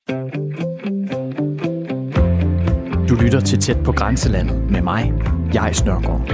Du lytter til Tæt på grænselandet med mig, Jais Nørgaard.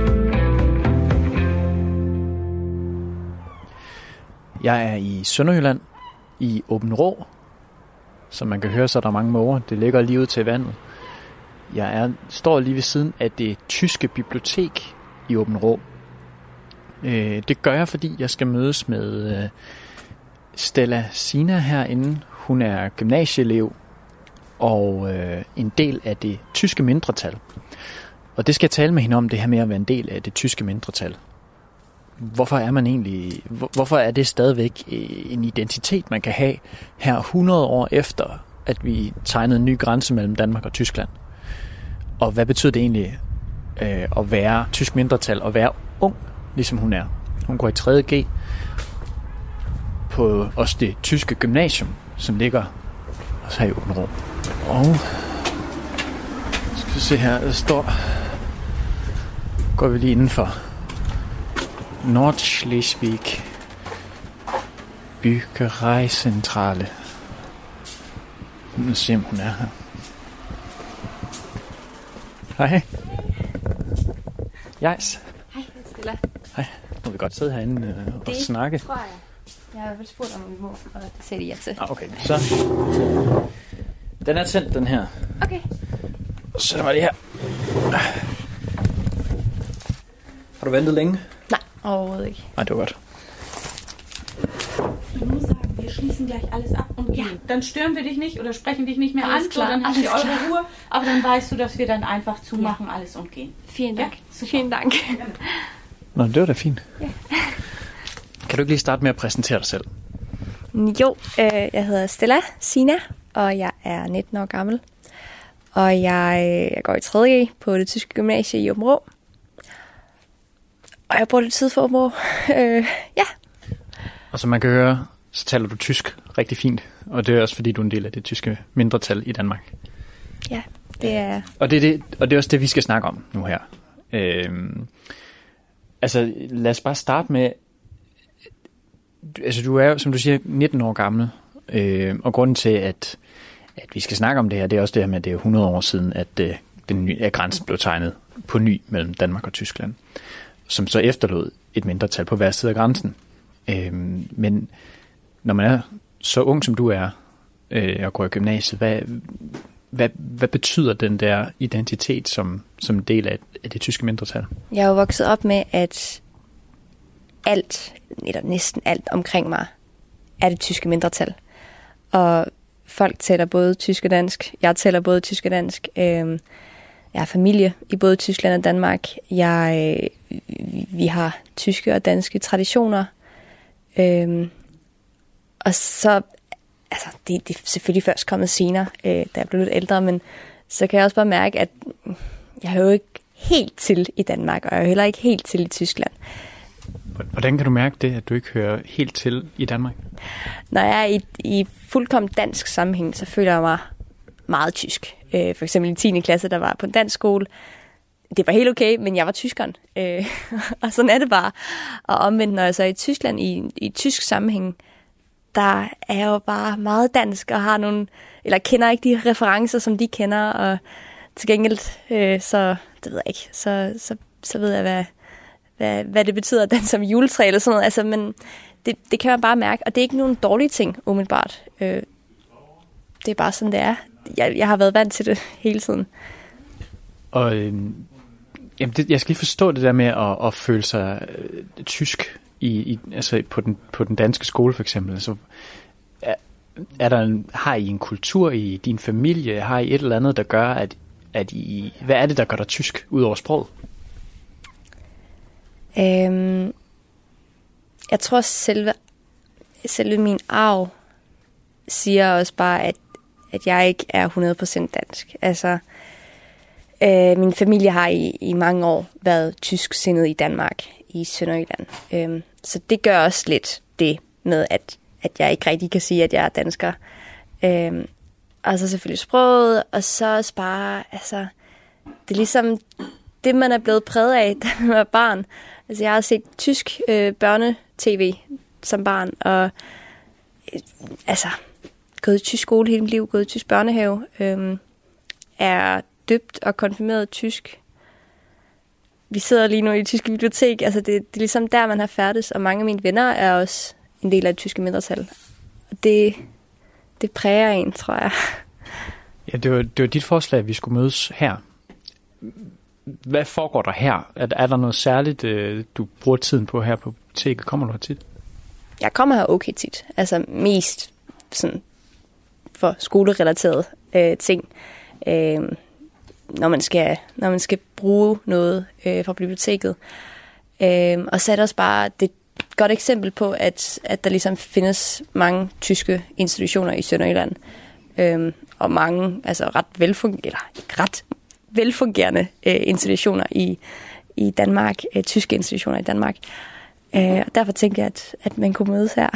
Jeg er i Sønderjylland, i Aabenraa. Som man kan høre, så er der mange måger. Det ligger lige ud til vandet. Står lige ved siden af det tyske bibliotek i Aabenraa. Det gør jeg, fordi jeg skal mødes med Stella Sina herinde. Hun er gymnasieelev og en del af det tyske mindretal. Og det skal jeg tale med hende om, det her med at være en del af det tyske mindretal. Hvorfor er det stadigvæk en identitet, man kan have her 100 år efter, at vi tegnede en ny grænse mellem Danmark og Tyskland? Og hvad betyder det egentlig at være tysk mindretal og være ung, ligesom hun er? Hun går i 3.G på også det tyske gymnasium, som ligger også her i Aabenraa. Og skal vi se her, der står, går vi lige indenfor Nordschleswig Byggereicentrale. Nu ser hun er her. Hej. Jais. Hej, Stella. Hej. Nu må vi godt sidde herinde og snakke. Det tror jeg. Jeg har i hvert fald spurgt om vi må, og det sagde de ja til. Okay, så. Den er tændt, den her. Okay. Så var det her. Har du ventet længe? Nej, overhovedet ikke. Nej, det var godt. Du musst sagen, wir schließen gleich alles ab und gehen. Dann stören wir dich nicht oder sprechen dich nicht mehr Alles an, klar, dann habt ihr alles eure klar. Ruhe. Aber dann weißt du, dass wir dann einfach zumachen alles und gehen. Vielen Dank. Ja, super. Vielen Dank. Nå, det var da fint. Ja. Kan du ikke lige starte med at præsentere dig selv? Jo, jeg hedder Stella Sina, og jeg er 19 år gammel. Og jeg går i 3.G på det tyske gymnasie i Aabenraa. Og jeg bor lidt tid for Aabenraa. Ja. Og som man kan høre, så taler du tysk rigtig fint. Og det er også fordi, du er en del af det tyske mindretal i Danmark. Ja, det er... Og det er også det, vi skal snakke om nu her. Altså, lad os bare starte med... Altså, du er jo, som du siger, 19 år gammel. Og grunden til, at vi skal snakke om det her, det er også det her med, at det er 100 år siden, at grænsen blev tegnet på ny mellem Danmark og Tyskland. Som så efterlod et mindretal på hver side af grænsen. Men når man er så ung, som du er, og går i gymnasiet, hvad betyder den der identitet som en del af det tyske mindretal? Jeg er jo vokset op med, at alt, eller næsten alt omkring mig, er det tyske mindretal. Og folk taler både tysk og dansk. Jeg taler både tysk og dansk. Jeg har familie i både Tyskland og Danmark. Vi har tyske og danske traditioner. Og så, altså, det er selvfølgelig først kommet senere, da jeg blev lidt ældre, men så kan jeg også bare mærke, at jeg er jo ikke helt til i Danmark, og jeg er heller ikke helt til i Tyskland. Hvordan kan du mærke det, at du ikke hører helt til i Danmark? Når jeg er i fuldkommen dansk sammenhæng, så føler jeg mig meget tysk. For eksempel i 10. klasse, der var på en dansk skole. Det var helt okay, men jeg var tyskeren. Og sådan er det bare. Og omvendt, når jeg så er i Tyskland i tysk sammenhæng, der er jeg jo bare meget dansk og har nogle, eller kender ikke de referencer, som de kender. Og til gengæld, så det ved jeg ikke, så ved jeg, hvad det betyder at danse som juletræ eller sådan noget. Altså, men det kan man bare mærke, og det er ikke nogen dårlige ting, umiddelbart. Det er bare sådan, det er. Jeg har været vant til det hele tiden. Og jeg skal lige forstå det der med at føle sig tysk altså på den danske skole for eksempel. Altså, har I en kultur i din familie? Har I et eller andet, der gør, at I... Hvad er det, der gør dig tysk, ud over sproget? Jeg tror, selve min arv siger også bare, at jeg ikke er 100% dansk. Altså, min familie har i mange år været tysksindet i Danmark, i Sønderjylland. Så det gør også lidt det med, at jeg ikke rigtig kan sige, at jeg er dansker. Og så selvfølgelig sproget, og så også bare, altså, det er ligesom det, man er blevet præget af, da man var barn. Altså, jeg har set tysk børne-tv som barn, og altså, gået i tysk skole hele mit liv, gået i tysk børnehave, er døbt og konfirmeret tysk. Vi sidder lige nu i det tyske bibliotek, altså det er ligesom der, man har færdes, og mange af mine venner er også en del af det tyske mindretal. Og det præger en, tror jeg. Ja, det var dit forslag, at vi skulle mødes her. Hvad foregår der her? Er der noget særligt, du bruger tiden på her på biblioteket? Kommer du her tit? Jeg kommer her okay tit. Altså mest for skolerelaterede ting. Når man skal bruge noget fra biblioteket. Og så er det også bare det et godt eksempel på, at der ligesom findes mange tyske institutioner i Sønderjylland. Og mange ret velfungerende institutioner i Danmark, tyske institutioner i Danmark. Og derfor tænker jeg, at man kunne mødes her.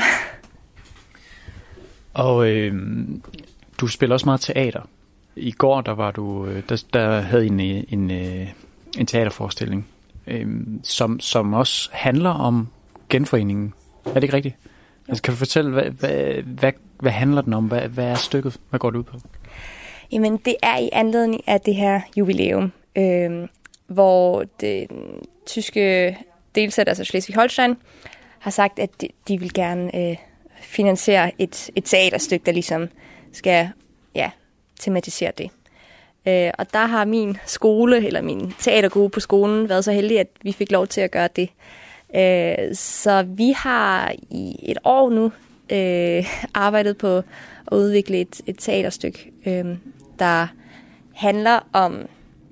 Og du spiller også meget teater. I går der havde I en teaterforestilling, som også handler om genforeningen. Er det ikke rigtigt? Altså, kan du fortælle, hvad handler den om? Hvad er stykket? Hvad går det ud på? Jamen, det er i anledning af det her jubilæum, hvor det tyske delstat, altså Slesvig-Holstein, har sagt, at de vil gerne finansiere et teaterstykke, der ligesom skal tematisere det. Og der har min skole, eller min teatergruppe på skolen, været så heldig, at vi fik lov til at gøre det. Så vi har i et år nu arbejdet på at udvikle et teaterstykke, der handler om,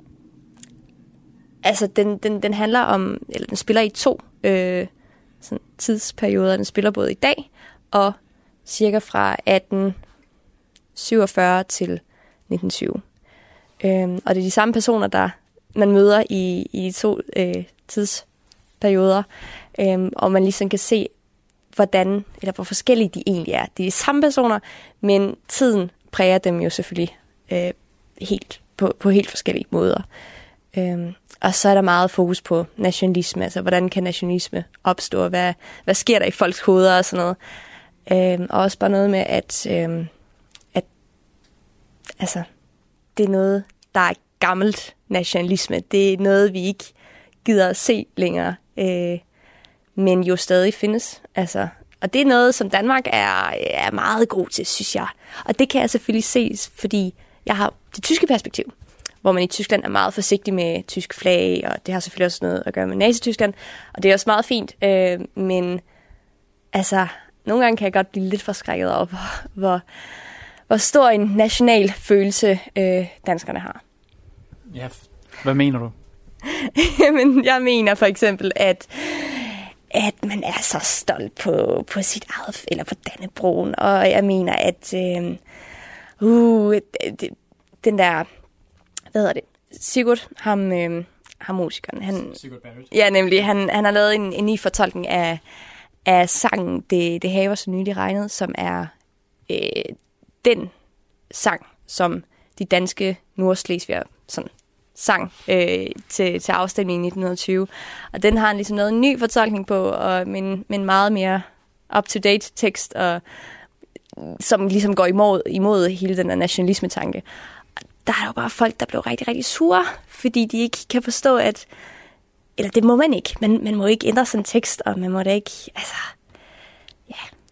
altså den handler om, eller den spiller i 2 tidsperioder. Den spiller både i dag og cirka fra 1847 til 1920. Og det er de samme personer, der man møder i de 2 tidsperioder, og man ligesom kan se, hvor forskellige de egentlig er. Det er de samme personer, men tiden præger dem jo selvfølgelig på helt forskellige måder. Og så er der meget fokus på nationalisme, altså hvordan kan nationalisme opstå, hvad sker der i folks hoveder og sådan noget. Og også bare noget med, at altså, det er noget, der er gammelt nationalisme. Det er noget, vi ikke gider at se længere, men jo stadig findes. Altså, og det er noget, som Danmark er meget god til, synes jeg. Og det kan jeg selvfølgelig se, fordi jeg har det tyske perspektiv, hvor man i Tyskland er meget forsigtig med tysk flag, og det har selvfølgelig også noget at gøre med Nazi-Tyskland, og det er også meget fint, men altså, nogle gange kan jeg godt blive lidt forskrækket over, hvor stor en national følelse danskerne har. Ja, hvad mener du? Jamen, jeg mener for eksempel, at man er så stolt på sit eget, eller på Dannebrogen, og jeg mener, at den der, hvad hedder det, Sigurd, ham musikeren, Sigurd Barrett. Ja, nemlig, han har lavet en ny fortolkning af sangen Det haver så nylig regnet, som er den sang, som de danske nordslesviger sådan sang til afstemningen i 1920. Og den har han ligesom lavet en ny fortolkning på, og med en meget mere up-to-date tekst, og som ligesom går imod hele den der nationalisme-tanke. Der er jo bare folk, der blev rigtig, rigtig sure, fordi de ikke kan forstå, eller det må man ikke. Man må ikke ændre sådan en tekst, og man må da ikke, altså, ja.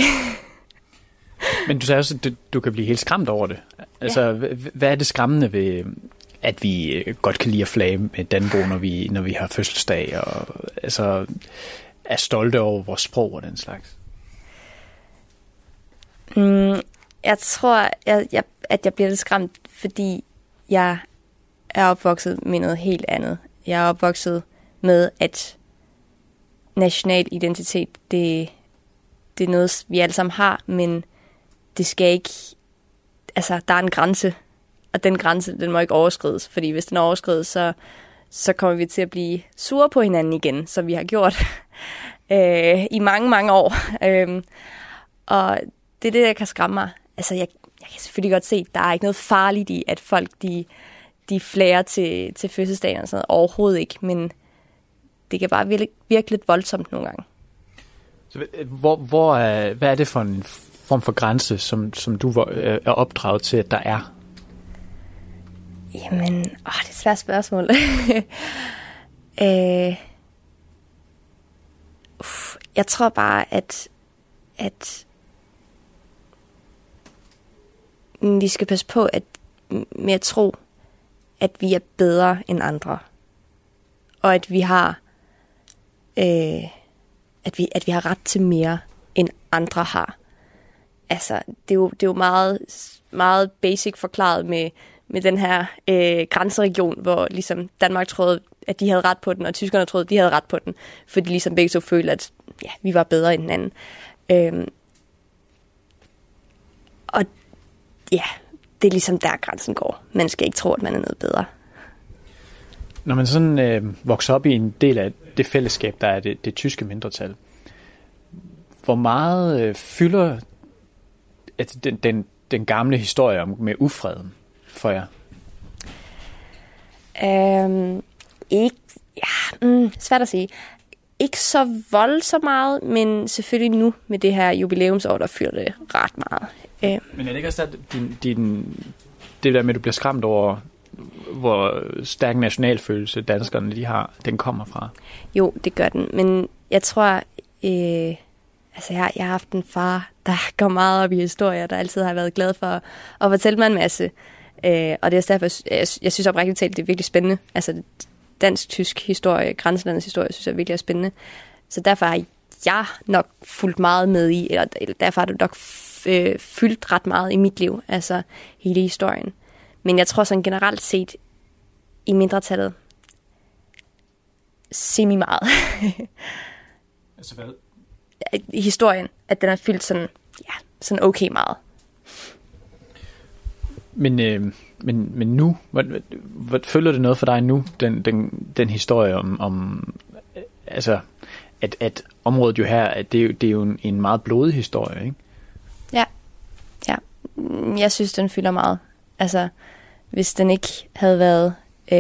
Men du sagde også, at du kan blive helt skræmt over det. Altså, ja. Hvad er det skræmmende ved, at vi godt kan lide at flage med Dannebrog, når vi har fødselsdag, og altså er stolte over vores sprog og den slags? Jeg tror, at jeg bliver lidt skræmt, fordi jeg er opvokset med noget helt andet. Jeg er opvokset med, at national identitet, det er noget, vi alle sammen har, men det skal ikke, altså der er en grænse, og den grænse, den må ikke overskrides, fordi hvis den overskrides, så kommer vi til at blive sure på hinanden igen, som vi har gjort i mange, mange år. Og det er det, der kan skræmme mig. Altså, jeg kan selvfølgelig godt se, at der er ikke noget farligt i, at folk de flager til fødselsdagen og sådan noget. Overhovedet ikke, men det kan bare virke lidt voldsomt nogle gange. Så hvad er det for form for grænse, som du er opdraget til, at der er? Jamen, det er et svært spørgsmål. Jeg tror bare, at vi skal passe på med at tro, at vi er bedre end andre. Og at vi har at vi har ret til mere, end andre har. Altså, det er jo meget, meget basic forklaret med den her grænseregion, hvor ligesom Danmark troede, at de havde ret på den, og tyskerne troede, at de havde ret på den, fordi ligesom begge så følte, at ja, vi var bedre end hinanden. Og ja, det er ligesom der grænsen går. Man skal ikke tro, at man er noget bedre. Når man sådan vokser op i en del af det fællesskab, der er det tyske mindretal, hvor meget fylder den gamle historie med ufreden for jer? Ikke, svært at sige. Ikke så voldsomt meget, men selvfølgelig nu med det her jubilæumsår, der fylder det ret meget. Men er det ikke også det der med, at du bliver skræmt over, hvor stærk nationalfølelse danskerne de har, den kommer fra? Jo, det gør den. Men jeg tror, jeg har haft en far, der går meget op i historier, der altid har været glad for at fortælle mig en masse. Og det er derfor, jeg synes oprigtigt talt, det er virkelig spændende. Altså dansk-tysk historie, grænselandets historie, synes jeg virkelig er spændende. Så derfor har jeg nok fulgt meget med i, eller derfor har det nok fyldt ret meget i mit liv, altså hele historien. Men jeg tror sådan generelt set i mindretallet semi meget. Altså hvad? I historien, at den er fyldt sådan okay meget. Men nu, hvad følger det noget for dig nu, den historie om altså, at området jo her, at det er jo en meget blodig historie, ikke? Ja. Jeg synes, den fylder meget. Altså, hvis den ikke havde været,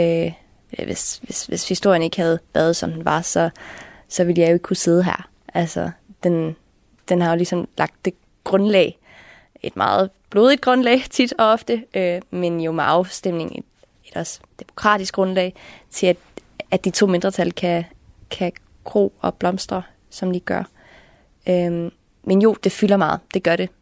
hvis historien ikke havde været, som den var, så ville jeg jo ikke kunne sidde her. Altså, den har jo ligesom lagt det grundlag, et meget blodigt grundlag tit og ofte, men jo med afstemning et også demokratisk grundlag til, at de to mindretal kan gro og blomstre, som de gør. Men jo, det fylder meget. Det gør det.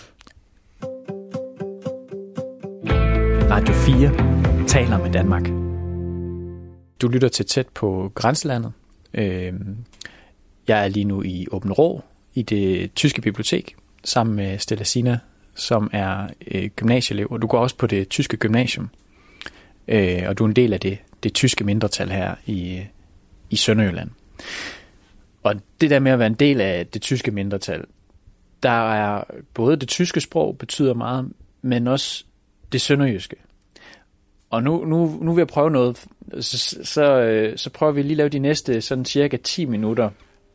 Radio 4 taler med Danmark. Du lytter til Tæt på grænselandet. Jeg er lige nu i Aabenraa i det tyske bibliotek sammen med Stella Sina, som er gymnasieelev, og du går også på det tyske gymnasium. Og du er en del af det tyske mindretal her i Sønderjylland. Og det der med at være en del af det tyske mindretal, der er både det tyske sprog betyder meget, men også det sønderjyske. Og nu vil jeg prøve noget, så prøver vi lige at lave de næste sådan cirka 10 minutter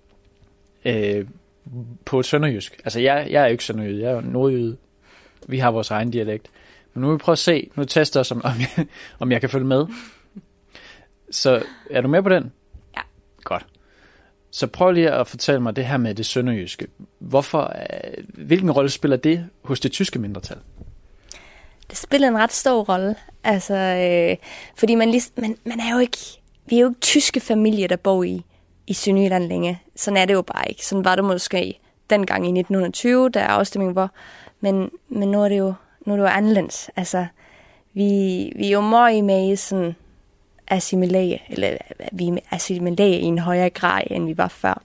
på sønderjysk. Altså jeg er jo ikke sønderjyde, jeg er jo nordjyde. Vi har vores egen dialekt. Men nu vil vi prøve at se, nu tester jeg, om jeg kan følge med. Så er du med på den? Ja. Godt. Så prøv lige at fortælle mig det her med det sønderjyske. Hvilken rolle spiller det hos det tyske mindretal? Det spiller en ret stor rolle. Altså, fordi man er jo ikke, vi er jo ikke tyske familier, der bor i Sønderjylland længe. Sådan er det jo bare ikke. Sådan var det måske dengang i 1920, der afstemningen var. Men nu er det jo anderledes. Altså, vi er jo meget med i sådan assimilere, eller vi assimilerer i en højere grad, end vi var før.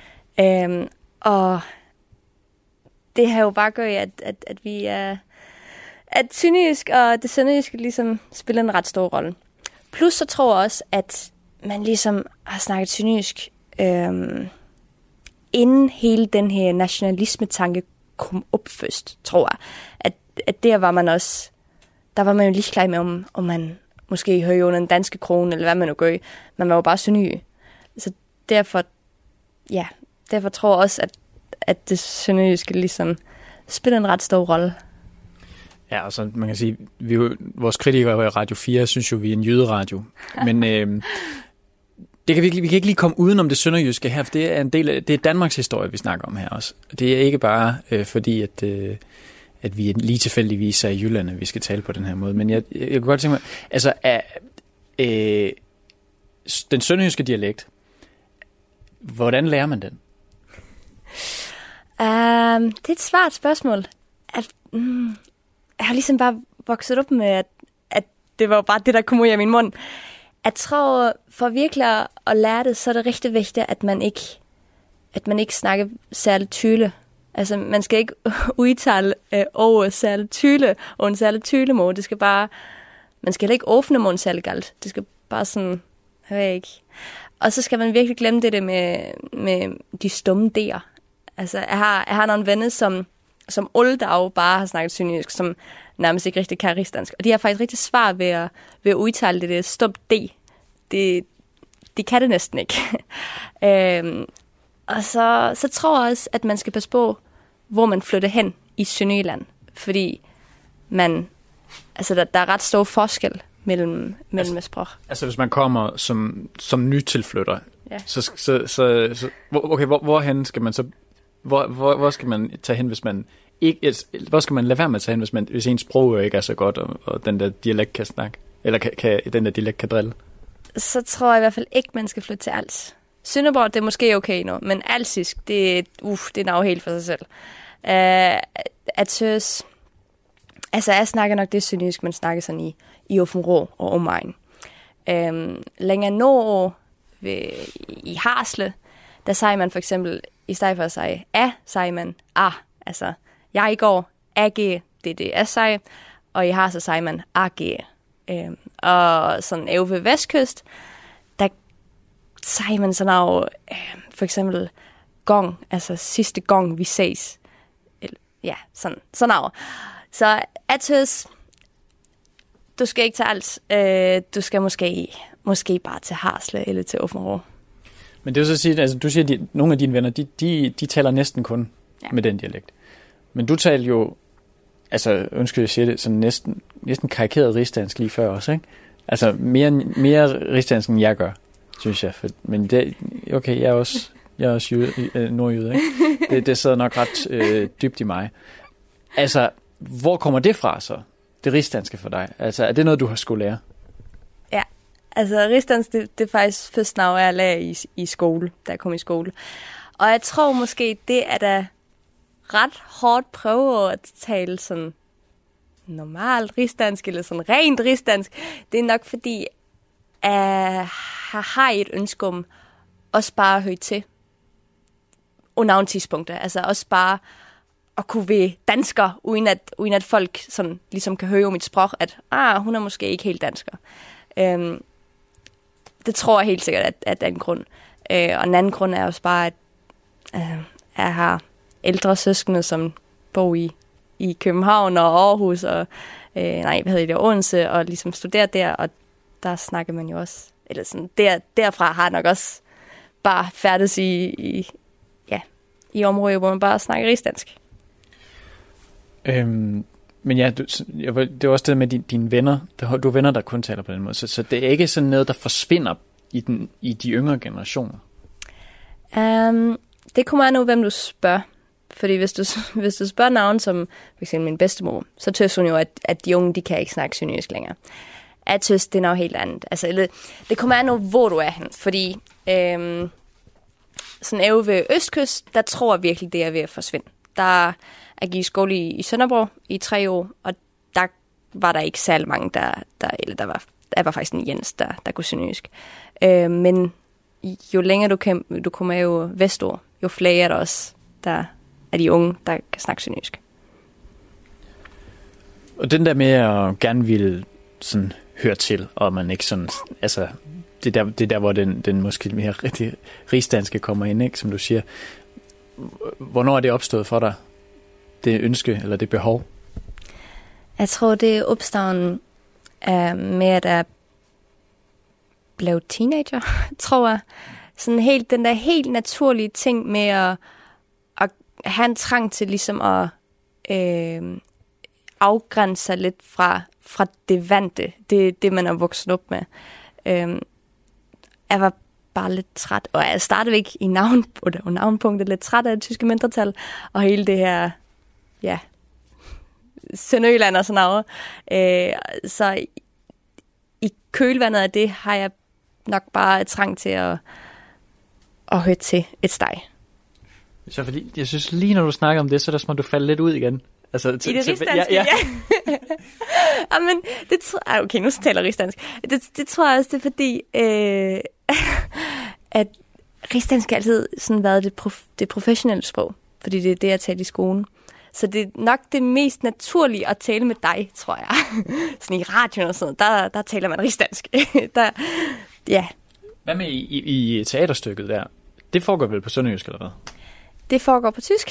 Og det har jo bare gjort, at vi er... At sønderjysk og det sønderjyske ligesom spiller en ret stor rolle. Plus så tror jeg også, at man ligesom har snakket sønderjysk, inden hele den her nationalisme-tanke kom op først, tror jeg. At der var man også, der var man jo lige klar med, om man måske hører under den danske krone, eller hvad man nu gør. Man var jo bare sønderjyde. Så derfor tror jeg også, at det sønderjyske ligesom spiller en ret stor rolle. Ja, altså man kan sige, vores kritikere i Radio 4 synes jo, vi er en jøderadio. Men vi kan ikke lige komme udenom det sønderjyske her, for det er en del af, det er Danmarks historie, vi snakker om her også. Det er ikke bare fordi, at vi lige tilfældigvis er i Jylland, at vi skal tale på den her måde. Men jeg kunne godt tænke mig, altså den sønderjyske dialekt, hvordan lærer man den? Det er et svært spørgsmål. Jeg har ligesom bare vokset op med, at det var bare det, der kom ud af min mund. Jeg tror, for virkelig at lære det, så er det rigtig vigtigt, at man ikke snakker særligt tydeligt. Altså, man skal ikke udtale over særligt tydeligt, og en særligt tydelig måde. Det skal bare, man skal ikke åbne munden særligt galt. Det skal bare sådan, jeg ved ikke. Og så skal man virkelig glemme det med de stumme D'er. Altså, jeg har nogle venner, som olddag bare har snakket sønderjysk, som nærmest ikke rigtig kan rigsdansk. Og de har faktisk rigtig svært ved at udtale det stumt D. De kan det næsten ikke. Og så tror jeg også, at man skal passe på, hvor man flytter hen i Sønderjylland. Fordi der er ret stor forskel mellem sprog. Altså hvis man kommer som nytilflytter, ja. så okay, hvorhen skal man så hvor skal man tage hen, hvis man ikke, hvor skal man lade være med at tage hen, hvis ens sprog ikke er så godt, og den der dialekt kan snakke, eller kan den der dialekt kan drille? Så tror jeg i hvert fald ikke, man skal flytte til Als. Sønderborg, det er måske okay nu, men alsisk, det er noget helt for sig selv. At synes, altså jeg snakker nok det sønderjysk, man snakker sådan i Åbenrå og omegn. Længere nord i Harsle, der siger man for eksempel, i stedet for at sige a, siger man a. Altså, jeg går ag, det er det jeg siger, og i Harsle siger man ag. Og sådan over ved Vestkyst, der siger man sådan noget, for eksempel gang, altså sidste gang vi ses. Ja, sådan noget. Så jeg synes, du skal ikke til alt. Du skal måske bare til Harsle eller til Åbenrå. Men det er jo så at sige, altså du siger, at nogle af dine venner, de taler næsten kun med den dialekt. Men du taler jo, altså undskyld, jeg siger det, sådan næsten karikeret rigsdansk lige før også, ikke? Altså mere rigsdansk, end jeg gør, synes jeg. Men det, okay, jeg er også nordjyde, ikke? Det sidder nok ret dybt i mig. Altså, hvor kommer det fra så? Det rigsdanske for dig? Altså, er det noget, du har skulle lære? Ja, altså rigsdansk, det er faktisk først noget, jeg lærer i skole, da jeg kom i skole. Og jeg tror måske, det er da ret hårdt prøve at tale sådan normalt rigsdansk, eller sådan rent rigsdansk. Det er nok fordi, jeg har et ønske om også bare at høre til. Og nogle tidspunkter. Altså også bare at kunne være dansker, uden at folk sådan, ligesom kan høre mit sprog, at hun er måske ikke helt dansker. Det tror jeg helt sikkert, at er en grund. Og en anden grund er også bare, at jeg har ældre søskende, som bor i København og Aarhus, og Odense, og ligesom studerer der, og der snakker man jo også, eller sådan, derfra har jeg nok også bare færdes i områder, hvor man bare snakker rigsdansk. Men ja, det er også det med dine venner. Du har venner, der kun taler på den måde. Så det er ikke sådan noget, der forsvinder i de yngre generationer? Det kommer an på, hvem du spørger. Fordi hvis du spørger navn som for eksempel min bedstemor, så tøs hun jo, at de unge, de kan ikke snakke sønderjysk længere. Jeg tøs, det er noget helt andet. Altså, det kommer an på, hvor du er hen. Fordi sådan over ved Østkyst, der tror jeg virkelig, det er ved at forsvinde. Der jeg gik i skole i Sønderborg i 3 år, og der var der ikke særlig mange, der var faktisk en Jens, der kunne sønderjysk. Men jo længere du kommer jo vestord, jo flere er der også, der er de unge, der kan snakke sønderjysk. Og den der med at gerne ville sådan høre til, og man ikke sådan, altså det er der hvor den måske mere rigtig rigsdanske kommer ind, ikke, som du siger. Hvornår er det opstået for dig? Det ønske eller det behov? Jeg tror, det er opstået med, at jeg blev teenager, tror jeg. Sådan den der helt naturlige ting med at have en trang til ligesom at afgrænse sig lidt fra det vante, det man er vokset op med. Jeg var bare lidt træt, og jeg er stadigvæk i navnpunktet lidt træt af det tyske mindretal, og hele det her, ja, Sønderjylland og sådan noget. Så i kølvandet af det har jeg nok bare trang til at høre til et steg. Så fordi, jeg synes lige når du snakker om det, så er der som om du falder lidt ud igen. Altså, I det rigsdanske, ja. Jamen, okay, nu taler jeg rigsdansk. Det tror jeg også, det er fordi, at rigsdansk har altid sådan været det professionelle sprog, fordi det er det, jeg taler i skolen. Så det er nok det mest naturlige at tale med dig, tror jeg. Sådan i radioen og sådan noget, der taler man rigsdansk. Ja. Hvad med i teaterstykket der? Det foregår vel på sønderjysk, eller hvad? Det foregår på tysk.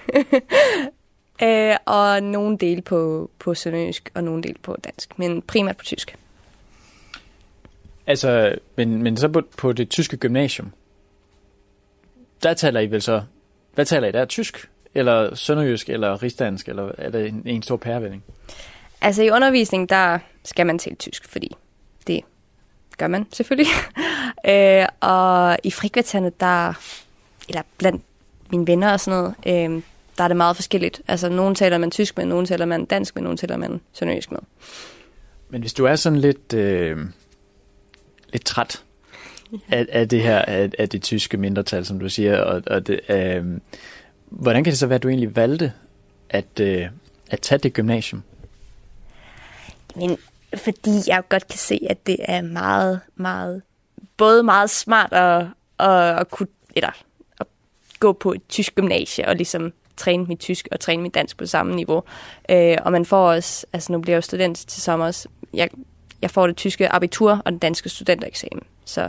Og nogle dele på sønderjysk, og nogle dele på dansk. Men primært på tysk. Altså, men så på det tyske gymnasium, der taler I vel så... Hvad taler I der? Tysk? Eller sønderjysk, eller rigsdansk, eller er det en stor pærevælling? Altså i undervisning, der skal man tale tysk, fordi det gør man selvfølgelig. Og i frikvartererne, eller blandt mine venner og sådan noget, der er det meget forskelligt. Altså nogen taler man tysk med, nogen taler man dansk med, nogen taler man sønderjysk med. Men hvis du er sådan lidt træt af det her, af det tyske mindretal, som du siger, og det, hvordan kan det så være, at du egentlig valgte at tage det gymnasium? Men fordi jeg godt kan se, at det er både meget smart at kunne, eller at gå på et tysk gymnasie og ligesom træne mit tysk og træne mit dansk på samme niveau. Og man får også, altså nu bliver jeg jo student til sommer, jeg får det tyske abitur og den danske studentereksamen. Så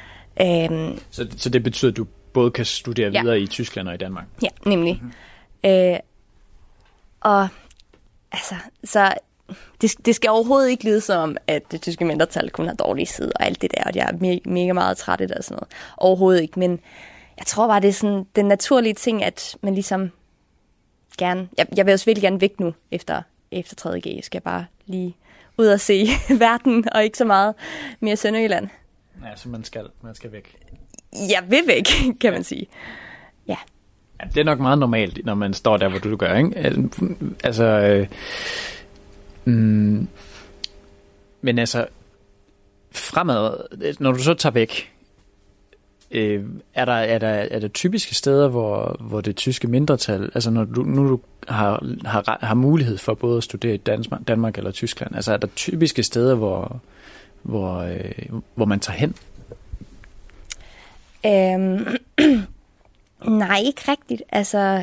det betyder, at du både kan studere videre i Tyskland og i Danmark? Ja, nemlig. Mm-hmm. Og altså, så det skal overhovedet ikke lyde som, at det tyske mindretal kun har dårlige sider og alt det der, og jeg er mega meget træt af det og sådan noget. Overhovedet ikke, men jeg tror bare, det er sådan den naturlige ting, at man ligesom gerne... Jeg vil også virkelig gerne væk nu efter 3.G. Jeg skal bare lige ud og se verden, og ikke så meget mere Sønderjylland. Ja, så man skal væk. Jeg vil væk, kan man sige. Ja. Ja, det er nok meget normalt, når man står der, hvor du gør, ikke? Altså... men altså, fremad, når du så tager væk, er der typiske steder, hvor det tyske mindretal, altså når du har mulighed for både at studere i Danmark eller Tyskland, altså er der typiske steder, hvor man tager hen? Nej, ikke rigtigt. Altså,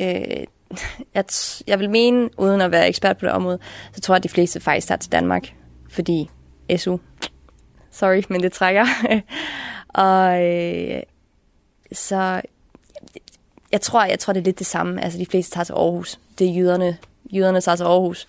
jeg vil mene, uden at være ekspert på det område, så tror jeg, at de fleste faktisk tager til Danmark, fordi SU, sorry, men det trækker. Og så jeg tror, det er lidt det samme. Altså, de fleste tager til Aarhus. Det er jyderne tager til Aarhus.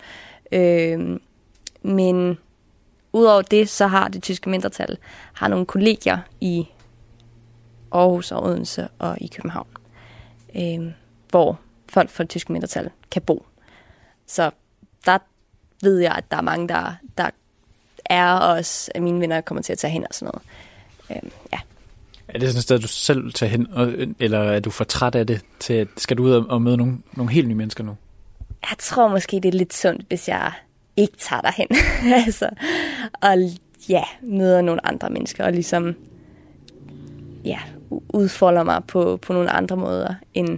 Men udover det, så har det tyske mindretal nogle kollegier i Aarhus og Odense og i København, hvor folk fra det tyske mindretal kan bo. Så der ved jeg, at der er mange, der er også, at mine venner kommer til at tage hen og sådan noget. Ja. Er det sådan et sted, du selv tager hen, eller er du for træt af det? Skal du ud og møde nogle helt nye mennesker nu? Jeg tror måske, det er lidt sundt, hvis jeg ikke tager derhen. Altså, og ja, møder nogle andre mennesker, og ligesom udfolder mig på nogle andre måder, end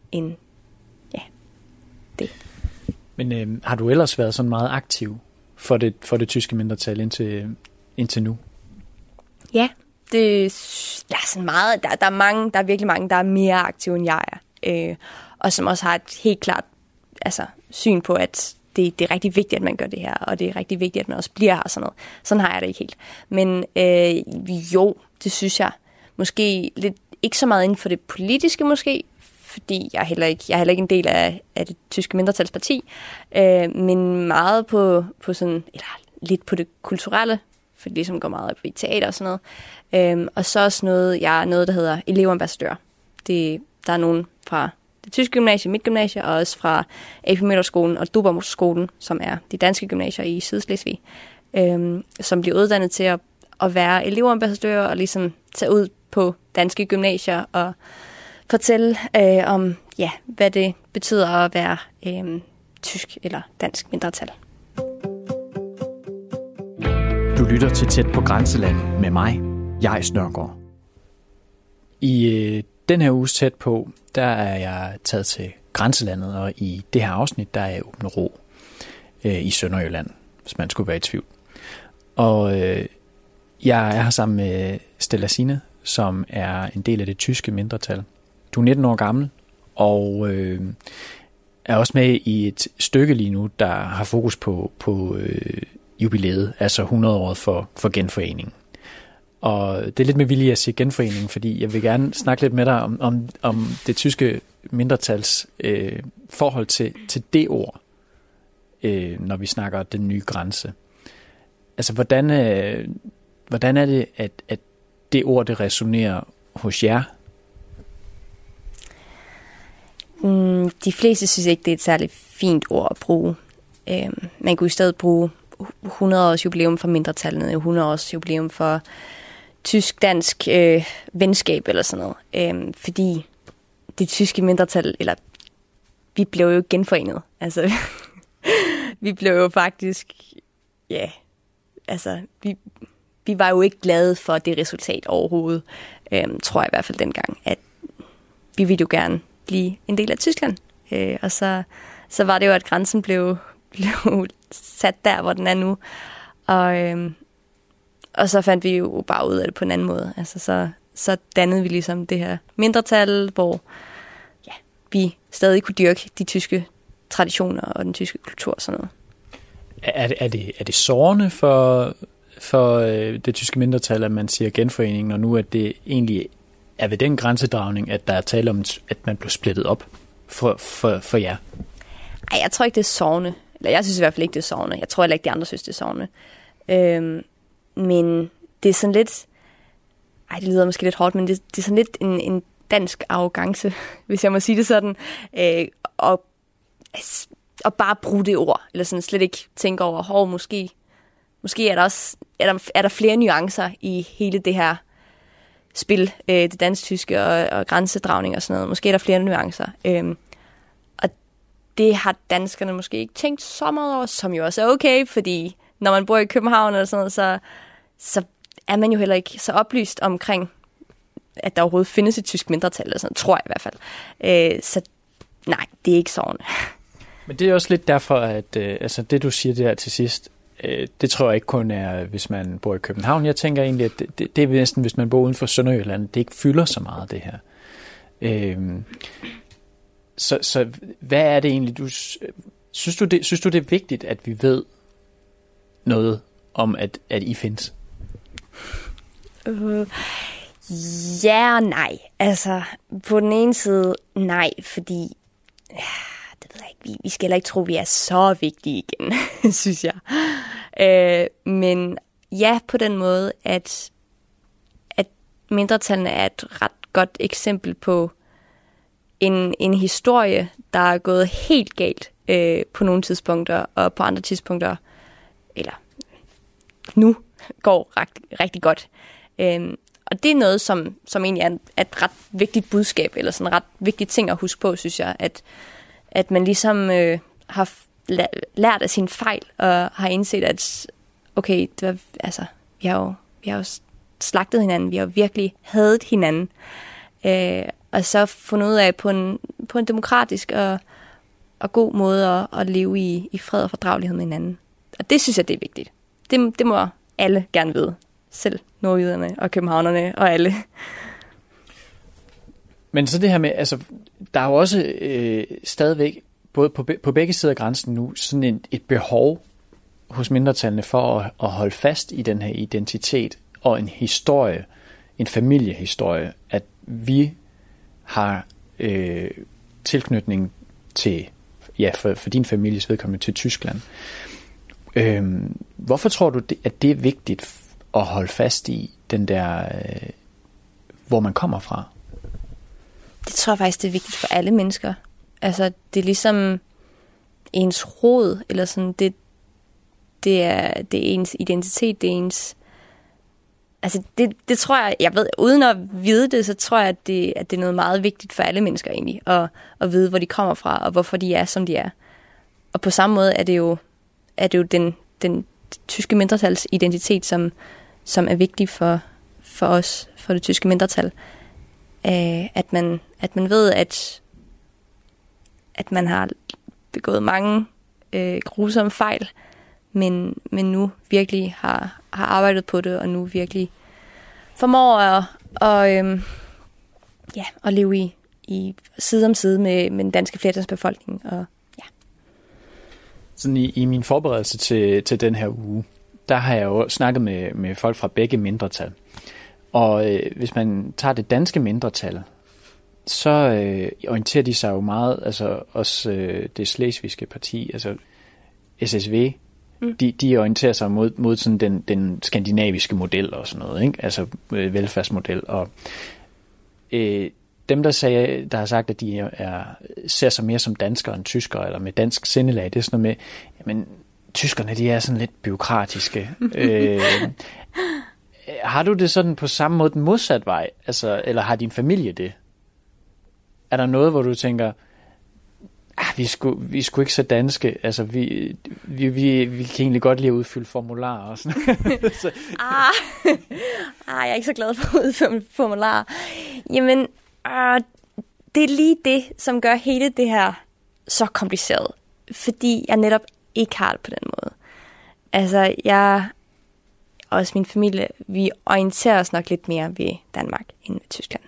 det. Men har du ellers været sådan meget aktiv for det tyske mindretal indtil nu? Ja, det er sådan meget. Der er virkelig mange, der er mere aktive, end jeg er. Og som også har et helt klart syn på, at det er rigtig vigtigt, at man gør det her, og det er rigtig vigtigt, at man også bliver her og sådan noget. Sådan har jeg det ikke helt. Men jo, det synes jeg. Måske lidt, ikke så meget inden for det politiske måske, fordi jeg er heller ikke en del af det tyske mindretalsparti, men meget på sådan, eller lidt på det kulturelle, for det som går meget op i teater og sådan noget. Og så også noget, der hedder elevambassadør. Der er nogen fra det tyske gymnasie, mit gymnasie, og også fra AP Møllerskolen og Duborgskolen, som er de danske gymnasier i Sydslesvig, som bliver uddannet til at være elevambassadør og ligesom tage ud på danske gymnasier og fortælle om, hvad det betyder at være tysk eller dansk mindretal. Du lytter til Tæt på Grænselandet med mig, Jais Nørgaard. I den her uges Tæt på, der er jeg taget til Grænselandet, og i det her afsnit, der er jeg i Aabenraa i Sønderjylland, hvis man skulle være i tvivl. Og jeg er her sammen med Stella Signe, som er en del af det tyske mindretal. Du er 19 år gammel, og er også med i et stykke lige nu, der har fokus på jubilæet, altså 100-året for genforeningen. Og det er lidt med vilje at sige genforeningen, fordi jeg vil gerne snakke lidt med dig om det tyske mindretals forhold til det ord, når vi snakker den nye grænse. Altså, hvordan er det, at det ord, det resonerer hos jer? De fleste synes ikke, det er et særligt fint ord at bruge. Man kunne i stedet bruge 100-års jubilæum for mindretallene, 100-års jubilæum for tysk-dansk venskab eller sådan noget. Fordi det tyske mindretal, eller vi blev jo genforenet. Altså, vi blev jo faktisk, vi var jo ikke glade for det resultat overhovedet, tror jeg i hvert fald dengang, at vi ville jo gerne blive en del af Tyskland. Og så var det jo, at grænsen blev sat der, hvor den er nu. Og så fandt vi jo bare ud af det på en anden måde. Altså så dannede vi ligesom det her mindretal, hvor vi stadig kunne dyrke de tyske traditioner og den tyske kultur og sådan noget. Er det sårende for det tyske mindretal, at man siger genforening, og nu at det egentlig er ved den grænsedragning, at der er tale om, at man blev splittet op for jer? Ej, jeg tror ikke, det er sårende. Eller jeg synes i hvert fald ikke, det er sårende. Jeg tror heller ikke, de andre synes, det er sårende. Men det er sådan lidt... Ej, det lyder måske lidt hårdt, men det er sådan lidt en dansk arrogance, hvis jeg må sige det sådan. Og bare bruge det ord. Eller sådan slet ikke tænke over, måske er der også er der flere nuancer i hele det her spil, det dansk-tyske og grænsedragning og sådan noget. Måske er der flere nuancer. Og det har danskerne måske ikke tænkt så meget over, som jo også er okay, fordi når man bor i København eller sådan noget, så er man jo heller ikke så oplyst omkring, at der overhovedet findes et tysk mindretal, eller sådan, tror jeg i hvert fald. Så nej, det er ikke sådan. Men det er også lidt derfor, at altså det du siger der til sidst, det tror jeg ikke kun er, hvis man bor i København. Jeg tænker egentlig, at det er næsten, hvis man bor uden for Sønderjylland, det ikke fylder så meget, det her. Så hvad er det egentlig, du synes du det er vigtigt, at vi ved noget om, at I findes? Ja og nej. Altså, på den ene side, nej, fordi det ved jeg ikke, vi skal heller ikke tro, vi er så vigtige igen, synes jeg. Men ja, på den måde, at mindretallene er et ret godt eksempel på en historie, der er gået helt galt på nogle tidspunkter, og på andre tidspunkter, eller nu går rigtig godt. Og det er noget, som egentlig er et ret vigtigt budskab, eller sådan en ret vigtig ting at huske på, synes jeg, at man ligesom har lært af sine fejl, og har indset, at okay, vi har jo slagtet hinanden, vi har jo virkelig hadet hinanden, og så fundet ud af på en demokratisk og god måde at leve i fred og fordragelighed med hinanden. Og det synes jeg, det er vigtigt. Det må alle gerne vide. Selv nordjyderne og københavnerne og alle. Men så det her med, altså, der er jo også stadigvæk, både på begge sider af grænsen nu, sådan et behov hos mindretallene for at holde fast i den her identitet og en historie, en familiehistorie, at vi har tilknytning til, for din families vedkommende til Tyskland. Hvorfor tror du, at det er vigtigt at holde fast i den der, hvor man kommer fra? Det tror jeg faktisk, det er vigtigt for alle mennesker. Altså, det er ligesom ens rod, eller sådan, det er ens identitet, det er ens Altså det tror jeg ved, uden at vide det, så tror jeg, at det er noget meget vigtigt for alle mennesker egentlig, at vide, hvor de kommer fra, og hvorfor de er, som de er. Og på samme måde er det jo den tyske mindretals identitet, som er vigtig for os, for det tyske mindretal. At man ved, at man har begået mange grusomme fejl, men nu virkelig har arbejdet på det, og nu virkelig formår at leve i side om side med den danske flertalsbefolkning. Og, ja. Sådan i min forberedelse til den her uge, der har jeg jo snakket med folk fra begge mindretal. Og hvis man tager det danske mindretal, så orienterer de sig jo meget, altså også det slesvigske parti, altså SSV, de orienterer sig mod sådan den skandinaviske model og sådan noget, ikke? Altså velfærdsmodel. Og dem, der har sagt, at de ser sig mere som danskere end tyskere, eller med dansk sindelag, det er sådan noget med, jamen, tyskerne, de er sådan lidt bureaukratiske. Har du det sådan på samme måde den modsatte vej? Altså, eller har din familie det? Er der noget, hvor du tænker, vi skulle ikke så danske, altså vi kan egentlig godt lide at udfylde formularer og sådan så. Jeg er ikke så glad for at udfylde formularer. Jamen, det er lige det, som gør hele det her så kompliceret, fordi jeg netop ikke har det på den måde. Altså, også min familie, vi orienterer os nok lidt mere ved Danmark end ved Tyskland.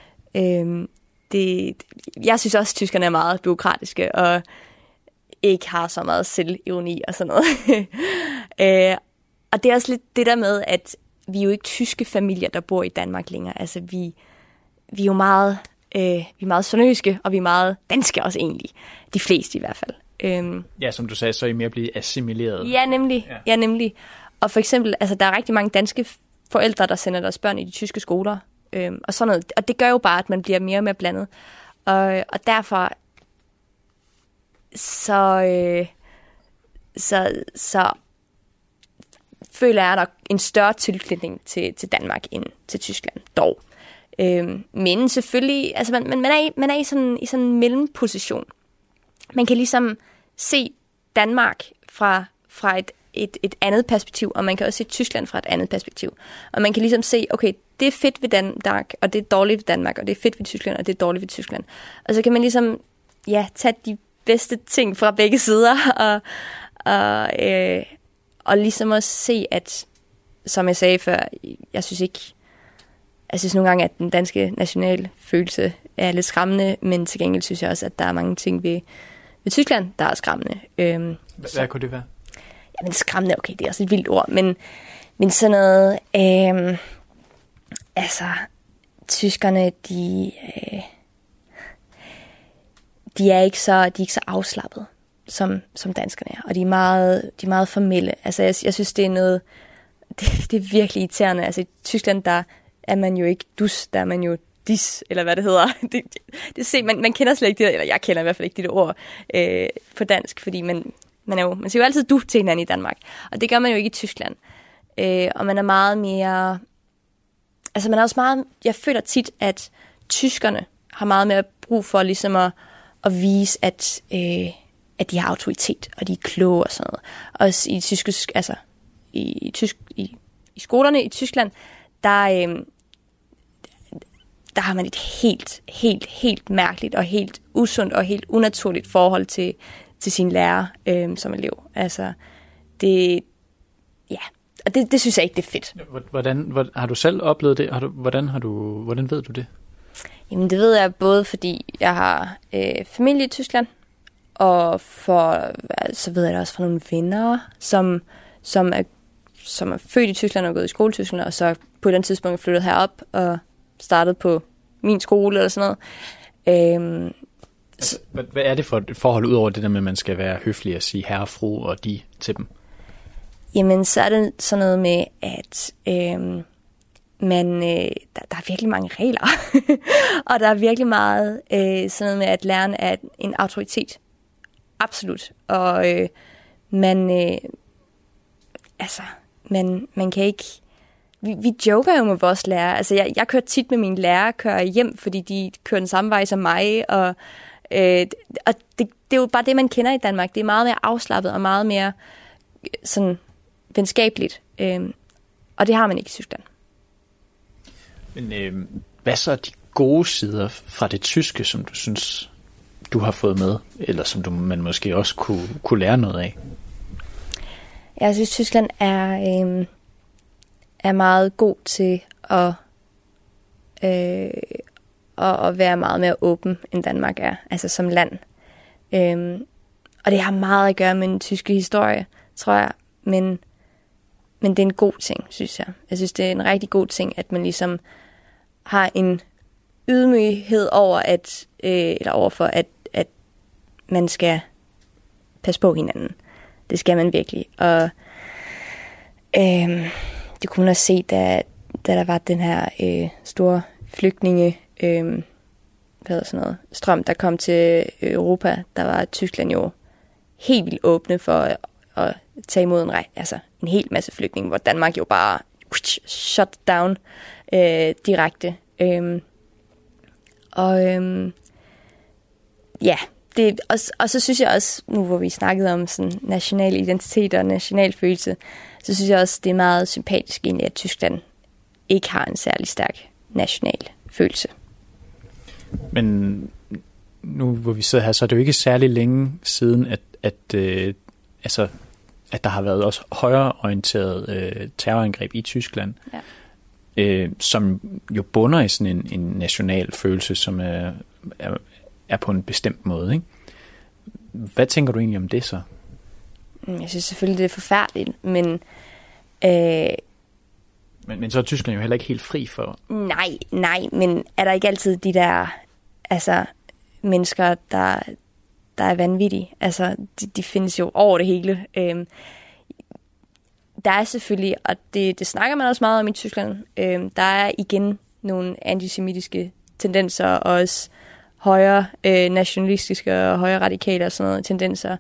Jeg synes også, at tyskerne er meget bureaukratiske og ikke har så meget selvironi og sådan noget. Og det er også lidt det der med, at vi er jo ikke tyske familier, der bor i Danmark længere. Altså, vi er jo meget, sønderjyske, og vi er meget danske også egentlig. De fleste i hvert fald. Ja, som du sagde, så er I mere blevet assimileret. Ja, nemlig. Og for eksempel, altså, der er rigtig mange danske forældre, der sender deres børn i de tyske skoler. Og sådan noget. Og det gør jo bare, at man bliver mere og mere blandet. Og derfor så føler jeg nok en større tilknytning til Danmark end til Tyskland dog. Men selvfølgelig, altså man er i sådan en mellemposition. Man kan ligesom se Danmark fra et andet perspektiv, og man kan også se Tyskland fra et andet perspektiv. Og man kan ligesom se, okay, det er fedt ved Danmark, og det er dårligt ved Danmark, og det er fedt ved Tyskland, og det er dårligt ved Tyskland. Og så kan man ligesom, tage de bedste ting fra begge sider, og ligesom også se, at, som jeg sagde før, jeg synes nogle gange, at den danske nationale følelse er lidt skræmmende, men til gengæld synes jeg også, at der er mange ting ved Tyskland, der er skræmmende. Hvad kunne det være? Jamen skræmmende, okay, det er også et vildt ord, men sådan noget, tyskerne, de er ikke så afslappede, som danskerne er, og de er meget formelle. Altså, jeg synes, det er noget, det er virkelig irriterende. Altså, i Tyskland, der er man jo ikke dus, der er man jo dis, eller hvad det hedder. Man kender slet ikke det, eller jeg kender i hvert fald ikke det ord på dansk, fordi man siger jo altid du til hinanden i Danmark, og det gør man jo ikke i Tyskland. Og man er meget mere, altså man er også meget, jeg føler tit, at tyskerne har meget mere brug for ligesom at vise, at de har autoritet, og de er kloge og sådan noget. Også i tyske, altså i skolerne i Tyskland, der har man et helt mærkeligt og helt usundt og helt unaturligt forhold til sin lærer som elev. Altså, og det synes jeg ikke, det er fedt. Hvordan har du selv oplevet det? Hvordan ved du det? Jamen, det ved jeg både, fordi jeg har familie i Tyskland, og så ved jeg det også fra nogle venner, som er født i Tyskland og gået i skole i Tyskland, og så på et tidspunkt er flyttet herop og startet på min skole eller sådan noget. Hvad er det for et forhold, ud over det der med, at man skal være høflig og sige herre, fru og de til dem? Jamen, så er det sådan noget med, at der er virkelig mange regler, og der er virkelig meget sådan noget med, at læreren er en autoritet. Absolut. Og man kan ikke vi joker jo med vores lærer. Altså, jeg kører tit med mine lærere, kører hjem, fordi de kører den samme vej som mig, og det er jo bare det, man kender i Danmark. Det er meget mere afslappet og meget mere sådan venskabeligt. Og det har man ikke i Tyskland. Men hvad så er de gode sider fra det tyske, som du synes, du har fået med, eller som man måske også kunne lære noget af? Jeg synes, Tyskland er meget god til at være meget mere åben, end Danmark er, altså som land. Og det har meget at gøre med den tyske historie, tror jeg, men det er en god ting, synes jeg. Jeg synes, det er en rigtig god ting, at man ligesom har en ydmyghed over overfor, at man skal passe på hinanden. Det skal man virkelig. Og det kunne man også se, da der var den her store flygtninge strøm, der kom til Europa. Der var Tyskland jo helt vildt åbne for at tage imod en hel masse flygtninge, hvor Danmark jo bare shut down direkte. Og så synes jeg også, nu hvor vi snakkede om sådan national identitet og national følelse, så synes jeg også, det er meget sympatisk egentlig, at Tyskland ikke har en særlig stærk national følelse. Men nu hvor vi sidder her, så er det jo ikke særlig længe siden, at der har været også højreorienteret terrorangreb i Tyskland, som jo bunder i sådan en national følelse, som er på en bestemt måde, ikke? Hvad tænker du egentlig om det så? Jeg synes selvfølgelig, det er forfærdeligt, men så er Tyskland jo heller ikke helt fri for... Nej, men er der ikke altid de der mennesker, der er vanvittige? Altså, de findes jo over det hele. Der er selvfølgelig, og det snakker man også meget om i Tyskland, der er igen nogle antisemitiske tendenser, og også højre nationalistiske og højre radikale og sådan noget tendenser.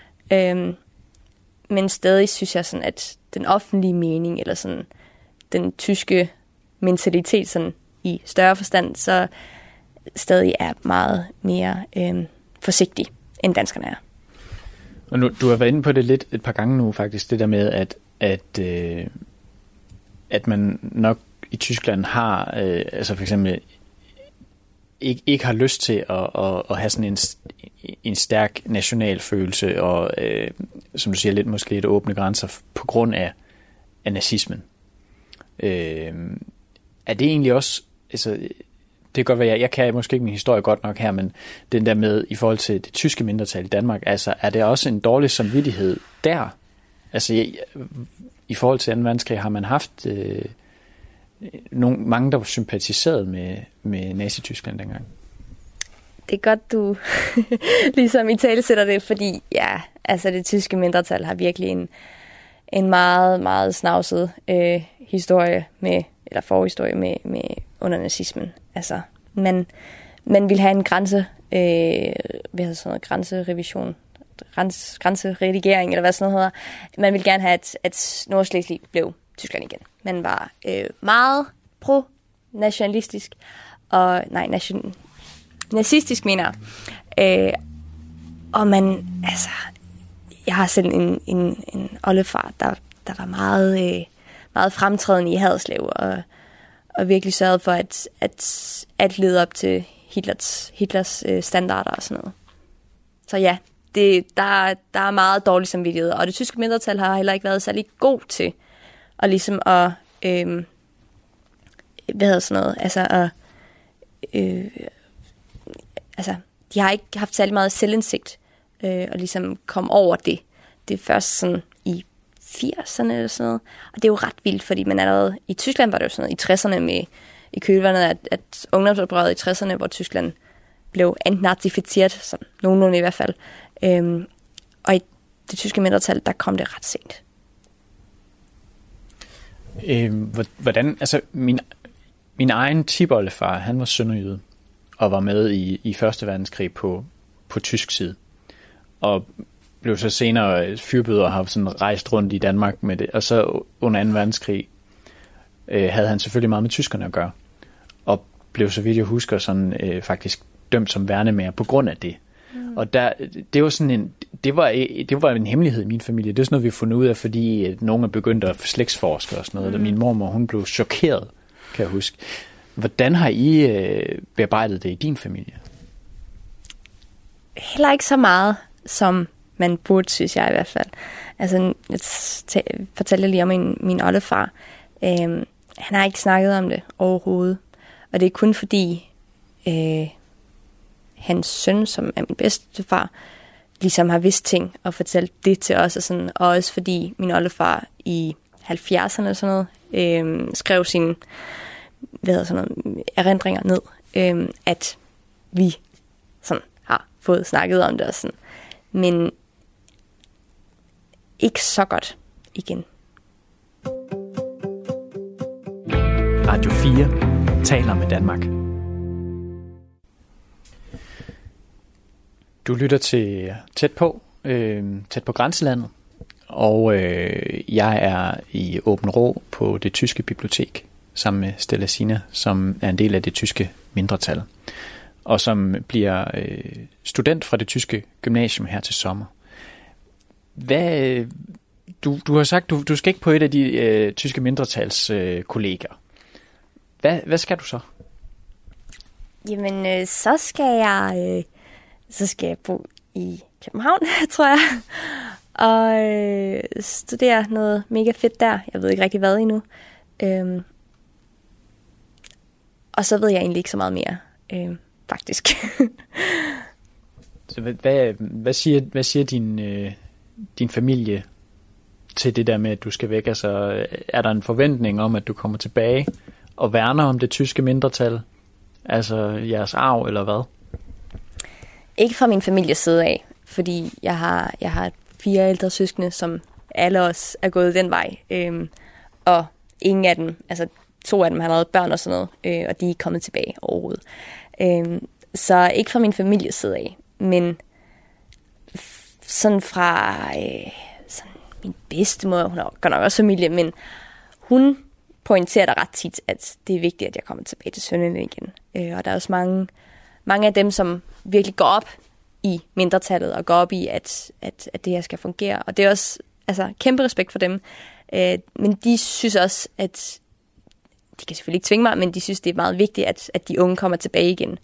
Men stadig synes jeg sådan, at den offentlige mening, eller sådan den tyske mentalitet sådan i større forstand, så stadig er meget mere forsigtig, end danskerne er. Og nu, du har været inde på det lidt et par gange nu faktisk, det der med, at man nok i Tyskland har, for eksempel ikke har lyst til at have sådan en stærk national følelse, og som du siger, måske lidt åbne grænser på grund af nazismen. Er det egentlig også, det kan godt være, jeg kan måske ikke min historie godt nok her, men den der med, i forhold til det tyske mindretal i Danmark, er det også en dårlig samvittighed der? I forhold til 2. verdenskrig har man haft mange, der var sympatiseret med Nazi-Tyskland dengang. Det er godt, du ligesom i tale sætter det, fordi det tyske mindretal har virkelig en meget, meget snavset forhistorie med under nazismen. Altså, man ville have en grænserevision, grænseredigering, eller hvad sådan noget hedder. Man ville gerne have, at Nordslesvig blev Tyskland igen. Man var meget pro-nationalistisk, og nazistisk, mener jeg. Og man, jeg har selv en oldefar, der var meget, meget fremtrædende i Haderslev, og virkelig sørgede for, at lede op til Hitlers standarder og sådan noget. Så ja, der er meget dårlig samvittighed, og det tyske mindretal har heller ikke været særlig god til at ligesom at de har ikke haft særlig meget selvindsigt og ligesom komme over det. Det er først sådan i 80'erne eller sådan noget. Og det er jo ret vildt, fordi man allerede i Tyskland var det jo sådan noget, i 60'erne med i kølvandet, at ungdomsoprøret i 60'erne, hvor Tyskland blev entnazificeret, sådan nogenlunde i hvert fald. Og i det tyske mindretal, der kom det ret sent. Hvordan, min egen tipoldefar, han var sønderjyde og var med i 1. verdenskrig på tysk side. Og blev så senere fyrbøder og har sådan rejst rundt i Danmark med det. Og så under 2. verdenskrig havde han selvfølgelig meget med tyskerne at gøre. Og blev, så vidt jeg husker, sådan, faktisk dømt som værnemager på grund af det. Og det var sådan det var en hemmelighed i min familie. Det er sådan noget, vi har fundet ud af, fordi nogen er begyndt at slægtsforske og sådan noget. Min mormor, hun blev chokeret, kan jeg huske. Hvordan har I bearbejdet det i din familie? Heller ikke så meget, som man burde, synes jeg i hvert fald. Altså, jeg fortalte lige om min oldefar. Han har ikke snakket om det overhovedet. Og det er kun fordi hans søn, som er min bedstefar, ligesom har vidst ting og fortalt det til os. Og også fordi min oldefar i 70'erne og sådan noget, skrev sine erindringer ned, at vi sådan har fået snakket om det og sådan. Men ikke så godt igen. Radio 4 taler med Danmark. Du lytter til Tæt på grænselandet, og jeg er i Aabenraa på det tyske bibliotek sammen med Stella Sina, som er en del af det tyske mindretal, og som bliver student fra det tyske gymnasium her til sommer. Du har sagt, du skal ikke på et af de tyske mindretals kolleger. Hvad skal du så? Jamen, så skal jeg bo i København, tror jeg, og studere noget mega fedt der. Jeg ved ikke rigtig hvad endnu. Og så ved jeg egentlig ikke så meget mere, faktisk. Så hvad siger din familie til det der med, at du skal væk? Altså, er der en forventning om, at du kommer tilbage og værner om det tyske mindretal? Altså jeres arv, eller hvad? Ikke fra min families side af, fordi jeg har 4 ældre søskende, som alle også er gået den vej. Og ingen af dem, altså 2 af dem har lavet børn og sådan noget, og de er ikke kommet tilbage overhovedet. Så ikke fra min families side af, men sådan fra sådan min bedstemor, hun har godt nok også familie, men hun pointerer der ret tit, at det er vigtigt, at jeg kommer tilbage til Sønderjylland igen. Og der er også mange af dem, som virkelig går op i mindretallet, og går op i, at det her skal fungere. Og det er også kæmpe respekt for dem. Men de synes også, at de kan selvfølgelig ikke tvinge mig, men de synes, det er meget vigtigt, at de unge kommer tilbage igen.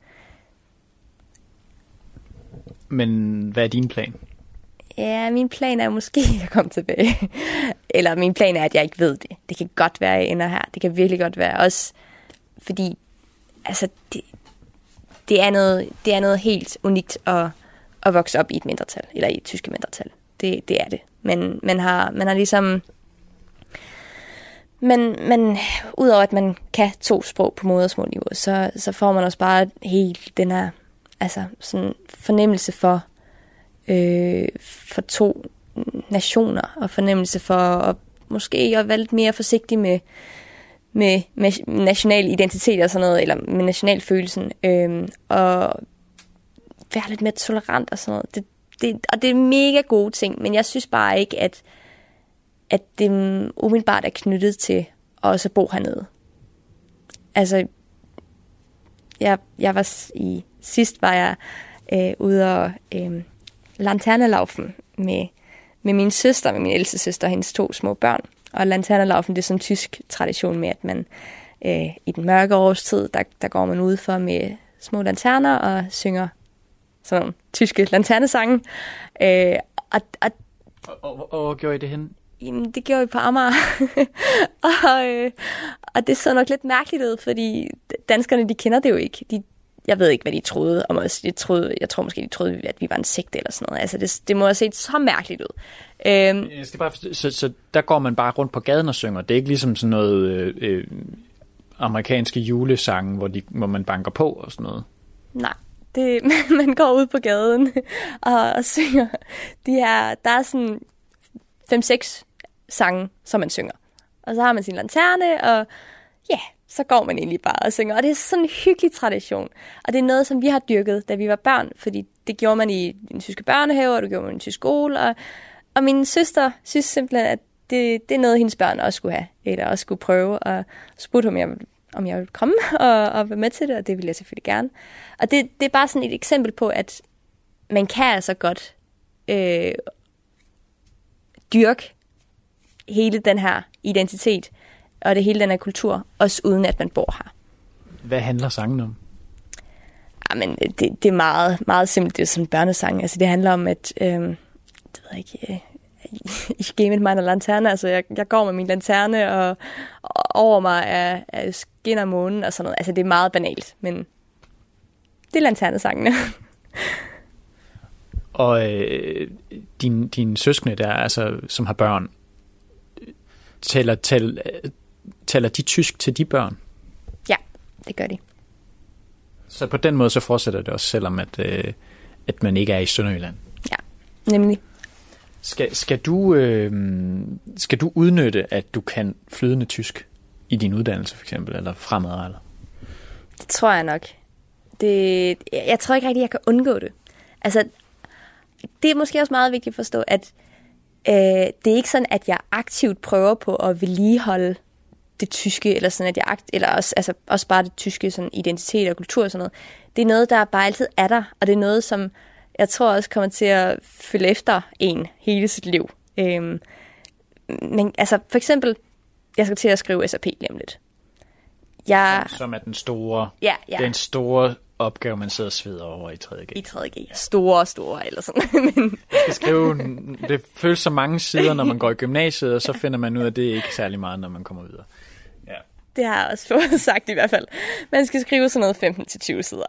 Men hvad er din plan? Ja, min plan er måske at komme tilbage. Eller min plan er, at jeg ikke ved det. Det kan godt være, at jeg ender her. Det kan virkelig godt være. Også fordi det er noget helt unikt at vokse op i et mindretal, eller i et tyske mindretal. Det er det. Men man har ligesom... Men udover at man kan 2 sprog på modersmålniveau, så får man også bare helt den her sådan fornemmelse for 2 nationer, og fornemmelse for at måske at være lidt mere forsigtig med national identitet og sådan noget, eller med nationalfølelsen, og være lidt mere tolerant og sådan noget. Og det er mega gode ting, men jeg synes bare ikke, at det umiddelbart er knyttet til også at bo hernede. Altså, jeg var sidst var jeg ude og Lanternelaufen med min søster, med min ældste søster og hendes 2 små børn. Og Lanternelaufen, det er sådan en tysk tradition med, at man i den mørke årstid, der går man udenfor med små lanterner og synger sådan nogle tyske lanternesange. Og gjorde I det henne? Jamen, det gjorde vi på Amager. og det så nok lidt mærkeligt ud, fordi danskerne, de kender det jo ikke. Jeg ved ikke, hvad de troede om os. Jeg tror måske, de troede, at vi var en sekte eller sådan noget. Altså, det må have set så mærkeligt ud. Jeg skal bare så der går man bare rundt på gaden og synger. Det er ikke ligesom sådan noget amerikanske julesange, hvor man banker på og sådan noget. Nej, man går ud på gaden og synger. Der er sådan 5-6 sange, som man synger. Og så har man sin lanterne, og ja, så går man egentlig bare og synger. Og det er sådan en hyggelig tradition. Og det er noget, som vi har dyrket, da vi var børn. Fordi det gjorde man i den tyske børnehave, og det gjorde man i den tyske skole. Og min søster synes simpelthen, at det er noget, hendes børn også skulle have, eller også skulle prøve, og spurgte om jeg ville komme og være med til det, og det ville jeg selvfølgelig gerne. Og det er bare sådan et eksempel på, at man kan altså godt dyrke hele den her identitet, og det hele den her kultur, også uden at man bor her. Hvad handler sangen om? Men det er meget, meget simpelt. Det er sådan en børnesang. Altså, det handler om, at det ved jeg ikke, ich gehe mit meiner Lanterne. Altså, jeg går med min lanterne, og over mig er skinner månen og sådan noget. Altså, det er meget banalt, men det er lanternesangene. Og dine søskende der, altså, som har børn, taler de tysk til de børn? Ja, det gør de. Så på den måde så fortsætter det også, selvom at man ikke er i Sønderjylland? Ja, nemlig. Skal du udnytte, at du kan flydende tysk i din uddannelse for eksempel, eller fremadrettet? Det tror jeg nok. Jeg tror ikke rigtig, jeg kan undgå det. Altså, det er måske også meget vigtigt at forstå, at det er ikke sådan, at jeg aktivt prøver på at vedligeholde det tyske, eller sådan, at eller også bare det tyske sådan, identitet og kultur og sådan noget. Det er noget, der bare altid er der, og det er noget, som jeg tror også kommer til at følge efter en hele sit liv. Men altså, for eksempel, jeg skal til at skrive SAP lige om lidt. Som er den store, ja. Den store opgave, man sidder og sveder over i 3.G. I 3.G. Store, eller sådan. Men skal skrive, det føles så mange sider, når man går i gymnasiet, og så finder man ud af, at det ikke særlig meget, når man kommer videre. Ja. Det har jeg også fået sagt i hvert fald. Man skal skrive sådan noget 15-20 sider.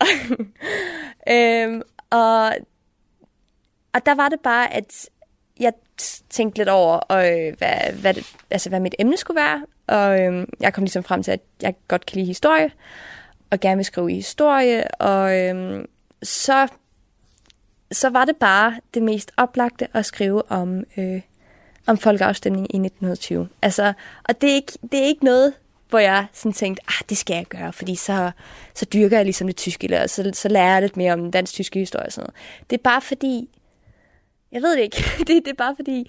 Og der var det bare, at jeg tænkte lidt over, hvad mit emne skulle være. Og jeg kom ligesom frem til, at jeg godt kan lide historie, og gerne vil skrive i historie. Og så var det bare det mest oplagte at skrive om folkeafstemningen i 1920. Altså, og det er ikke noget, hvor jeg sådan tænkte, det skal jeg gøre, fordi så dyrker jeg ligesom det tyske, eller så lærer jeg lidt mere om den dansk-tyske historie og sådan noget. Det er bare fordi, jeg ved det ikke, det er bare fordi,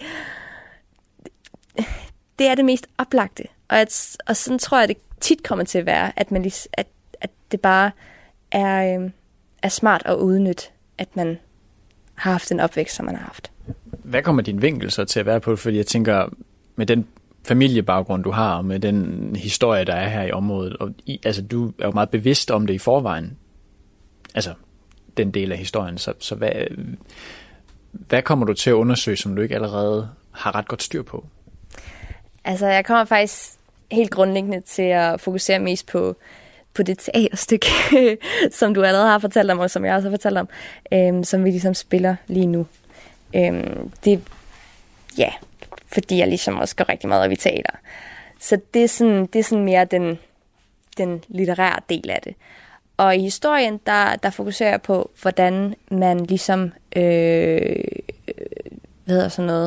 det er det mest oplagte. Og sådan tror jeg, det tit kommer til at være, at det bare er smart at udnytte, at man har haft en opvækst, som man har haft. Hvad kommer din vinkel så til at være på? Fordi jeg tænker, med den familiebaggrund, du har, og med den historie, der er her i området, og altså, du er jo meget bevidst om det i forvejen, altså den del af historien, så hvad kommer du til at undersøge, som du ikke allerede har ret godt styr på? Altså, jeg kommer faktisk helt grundlæggende til at fokusere mest på det teaterstykke, som du allerede har fortalt om, og som jeg også har fortalt om, som vi ligesom spiller lige nu. Fordi jeg ligesom også går rigtig meget op i teater. Så det er sådan mere den litterære del af det. Og i historien, der fokuserer jeg på, hvordan man ligesom, det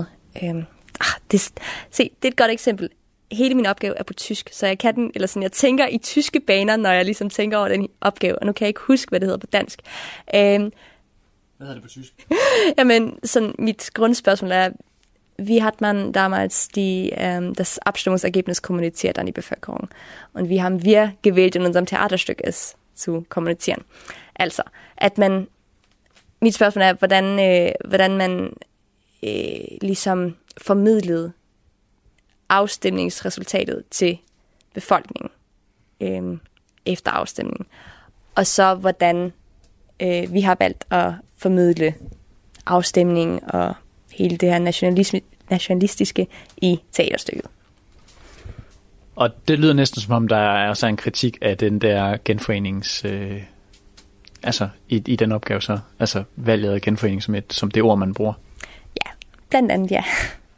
er et godt eksempel. Hele min opgave er på tysk, så jeg kan den, eller sådan, jeg tænker i tyske baner, når jeg ligesom tænker over den opgave, og nu kan jeg ikke huske, hvad det hedder på dansk. Hvad hedder det på tysk? Jamen, sådan, mit grundspørgsmål er, wie hat man damals das Abstimmungsergebnis kommuniziert an die Bevölkerung? Und wie haben wir gewählt, in unserem Theaterstück es zu kommunizieren? Altså, mit spørgsmål er, hvordan man ligesom formidlede afstemningsresultatet til befolkningen efter afstemningen. Og så hvordan vi har valgt at formidle afstemningen og hele det her nationalistiske i teaterstykket. Og det lyder næsten som om, der er så en kritik af den der genforenings... altså i den opgave så, altså valget af genforening som det ord, man bruger. Ja, blandt andet, ja.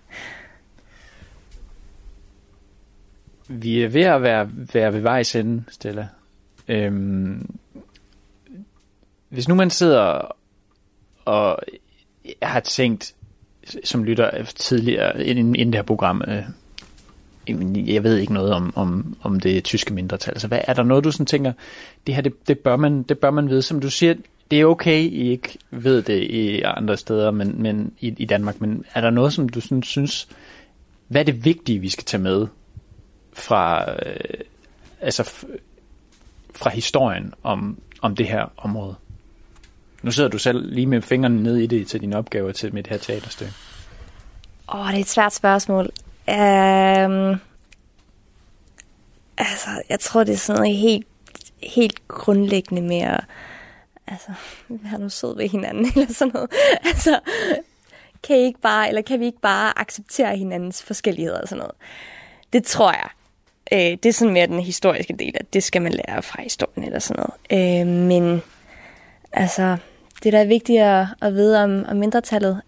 Vi er ved at være ved vejs ende, Stella. Hvis nu man sidder og har tænkt, som lytter tidligere inden det her program, jeg ved ikke noget om det tyske mindretal. Altså, hvad er der noget, du sådan tænker, det her, det bør man vide, som du siger, det er okay, I ikke ved det i andre steder, men i Danmark, men er der noget, som du sådan synes, hvad er det vigtige, vi skal tage med fra, fra historien om det her område? Nu sidder du selv lige med fingrene nede i det til dine opgaver til mit her teaterstykke. Det er et svært spørgsmål. Jeg tror, det er sådan noget helt grundlæggende med at være nu sød ved hinanden, eller sådan noget. Kan vi ikke bare acceptere hinandens forskelligheder og sådan noget? Det tror jeg. Det er sådan mere den historiske del, at det skal man lære fra historien eller sådan noget. Men det der er vigtigt at vide om mindretallet,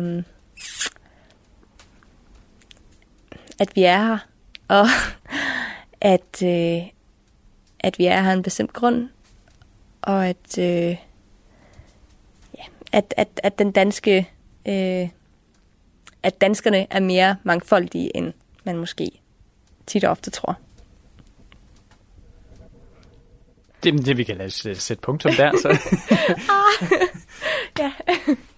at vi er her, og at vi er her af en bestemt grund, og at den danske at danskerne er mere mangfoldige, end man måske tit og ofte tror. Det vi kan lade sætte punktum der, så. Ja.